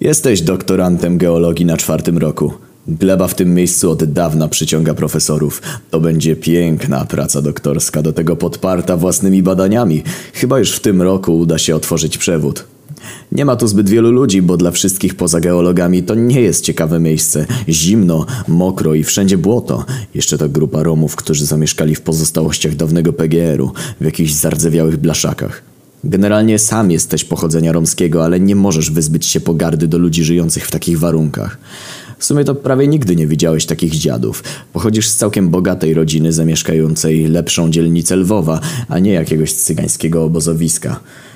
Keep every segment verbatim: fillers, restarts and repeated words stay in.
Jesteś doktorantem geologii na czwartym roku. Gleba w tym miejscu od dawna przyciąga profesorów. To będzie piękna praca doktorska, do tego podparta własnymi badaniami. Chyba już w tym roku uda się otworzyć przewód. Nie ma tu zbyt wielu ludzi, bo dla wszystkich poza geologami to nie jest ciekawe miejsce. Zimno, mokro i wszędzie błoto. Jeszcze to grupa Romów, którzy zamieszkali w pozostałościach dawnego P G R u, w jakichś zardzewiałych blaszakach. Generalnie sam jesteś pochodzenia romskiego, ale nie możesz wyzbyć się pogardy do ludzi żyjących w takich warunkach. W sumie to prawie nigdy nie widziałeś takich dziadów. Pochodzisz z całkiem bogatej rodziny zamieszkającej lepszą dzielnicę Lwowa, a nie jakiegoś cygańskiego obozowiska.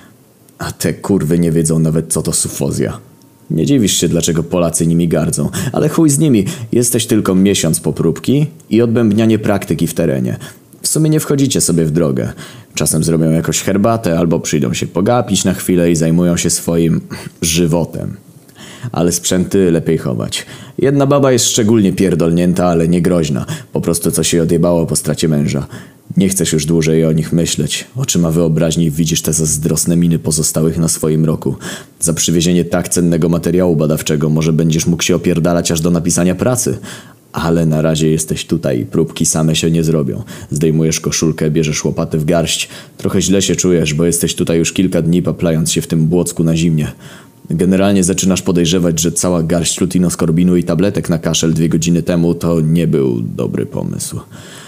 A te kurwy nie wiedzą nawet, co to sufozja. Nie dziwisz się, dlaczego Polacy nimi gardzą, ale chuj z nimi, jesteś tylko miesiąc po próbki i odbębnianie praktyki w terenie. W sumie nie wchodzicie sobie w drogę. Czasem zrobią jakąś herbatę albo przyjdą się pogapić na chwilę i zajmują się swoim żywotem. Ale sprzęty lepiej chować. Jedna baba jest szczególnie pierdolnięta, ale nie groźna. Po prostu coś jej odjebało po stracie męża. Nie chcesz już dłużej o nich myśleć. Oczyma wyobraźni widzisz te zazdrosne miny pozostałych na swoim roku. Za przywiezienie tak cennego materiału badawczego może będziesz mógł się opierdalać aż do napisania pracy. Ale na razie jesteś tutaj i próbki same się nie zrobią. Zdejmujesz koszulkę, bierzesz łopatę w garść. Trochę źle się czujesz, bo jesteś tutaj już kilka dni paplając się w tym błocku na zimnie. Generalnie zaczynasz podejrzewać, że cała garść lutinoskorbinu i tabletek na kaszel dwie godziny temu to nie był dobry pomysł.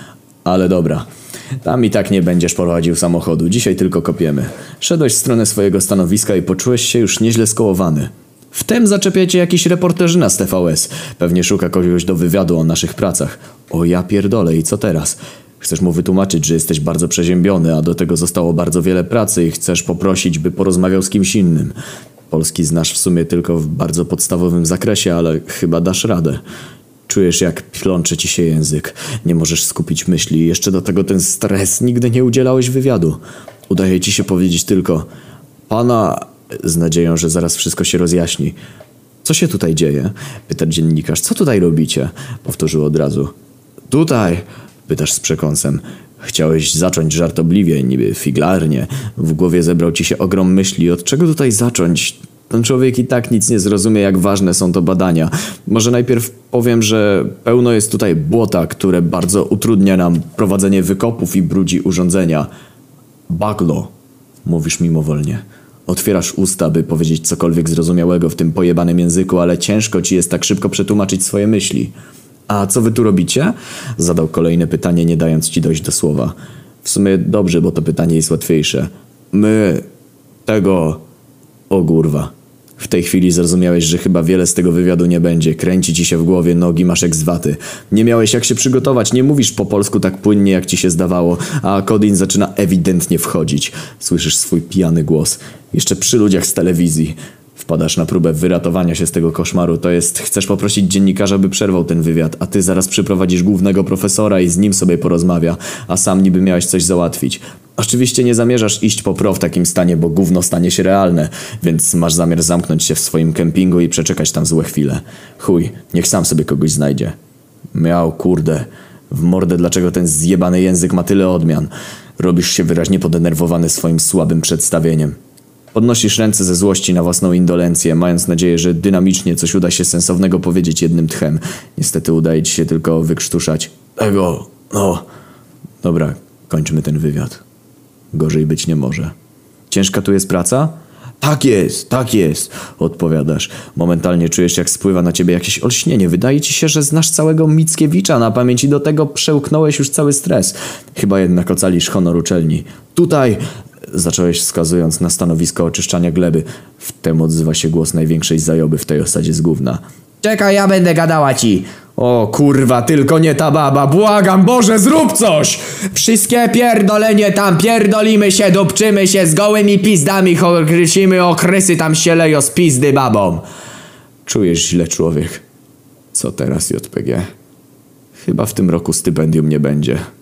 Ale dobra, tam i tak nie będziesz prowadził samochodu, dzisiaj tylko kopiemy. Szedłeś w stronę swojego stanowiska i poczułeś się już nieźle skołowany. Wtem zaczepia cię jakiś reporterzyna z T V S. Pewnie szuka kogoś do wywiadu o naszych pracach. O ja pierdolę, i co teraz? Chcesz mu wytłumaczyć, że jesteś bardzo przeziębiony, a do tego zostało bardzo wiele pracy i chcesz poprosić, by porozmawiał z kimś innym. Polski znasz w sumie tylko w bardzo podstawowym zakresie, ale chyba dasz radę. Czujesz, jak plącze ci się język. Nie możesz skupić myśli. Jeszcze do tego ten stres. Nigdy nie udzielałeś wywiadu. Udaje ci się powiedzieć tylko pana... z nadzieją, że zaraz wszystko się rozjaśni. Co się tutaj dzieje? Pyta dziennikarz. Co tutaj robicie? Powtórzył od razu. Tutaj! Pytasz z przekąsem. Chciałeś zacząć żartobliwie, niby figlarnie. W głowie zebrał ci się ogrom myśli. Od czego tutaj zacząć? Ten człowiek i tak nic nie zrozumie, jak ważne są to badania. Może najpierw powiem, że pełno jest tutaj błota, które bardzo utrudnia nam prowadzenie wykopów i brudzi urządzenia. Bagno, mówisz mimowolnie. Otwierasz usta, by powiedzieć cokolwiek zrozumiałego w tym pojebanym języku, ale ciężko ci jest tak szybko przetłumaczyć swoje myśli. A co wy tu robicie? Zadał kolejne pytanie, nie dając ci dojść do słowa. W sumie dobrze, bo to pytanie jest łatwiejsze. My... tego... o kurwa. W tej chwili zrozumiałeś, że chyba wiele z tego wywiadu nie będzie. Kręci ci się w głowie, nogi masz jak z waty. Nie miałeś jak się przygotować, nie mówisz po polsku tak płynnie, jak ci się zdawało, a Kodin zaczyna ewidentnie wchodzić. Słyszysz swój pijany głos. Jeszcze przy ludziach z telewizji. Wpadasz na próbę wyratowania się z tego koszmaru, to jest, chcesz poprosić dziennikarza, by przerwał ten wywiad, a ty zaraz przyprowadzisz głównego profesora i z nim sobie porozmawia, a sam niby miałeś coś załatwić. Oczywiście nie zamierzasz iść po pro w takim stanie, bo gówno stanie się realne, więc masz zamiar zamknąć się w swoim kempingu i przeczekać tam złe chwile. Chuj, niech sam sobie kogoś znajdzie. Miał, kurde, w mordę, dlaczego ten zjebany język ma tyle odmian. Robisz się wyraźnie podenerwowany swoim słabym przedstawieniem. Podnosisz ręce ze złości na własną indolencję, mając nadzieję, że dynamicznie coś uda się sensownego powiedzieć jednym tchem. Niestety udaje ci się tylko wykrztuszać. Tego, no. Dobra, kończmy ten wywiad. Gorzej być nie może. Ciężka tu jest praca? Tak jest, tak jest, odpowiadasz. Momentalnie czujesz, jak spływa na ciebie jakieś olśnienie. Wydaje ci się, że znasz całego Mickiewicza na pamięć i do tego przełknąłeś już cały stres. Chyba jednak ocalisz honor uczelni. Tutaj... zacząłeś wskazując na stanowisko oczyszczania gleby. Wtem odzywa się głos największej zajoby w tej osadzie z gówna. Czekaj, ja będę gadała ci. O kurwa, tylko nie ta baba, błagam, Boże, zrób coś! Wszystkie pierdolenie tam, pierdolimy się, dupczymy się z gołymi pizdami, chorysimy okrysy tam się leją z pizdy babom. Czujesz źle, człowiek. Co teraz, J P G? Chyba w tym roku stypendium nie będzie.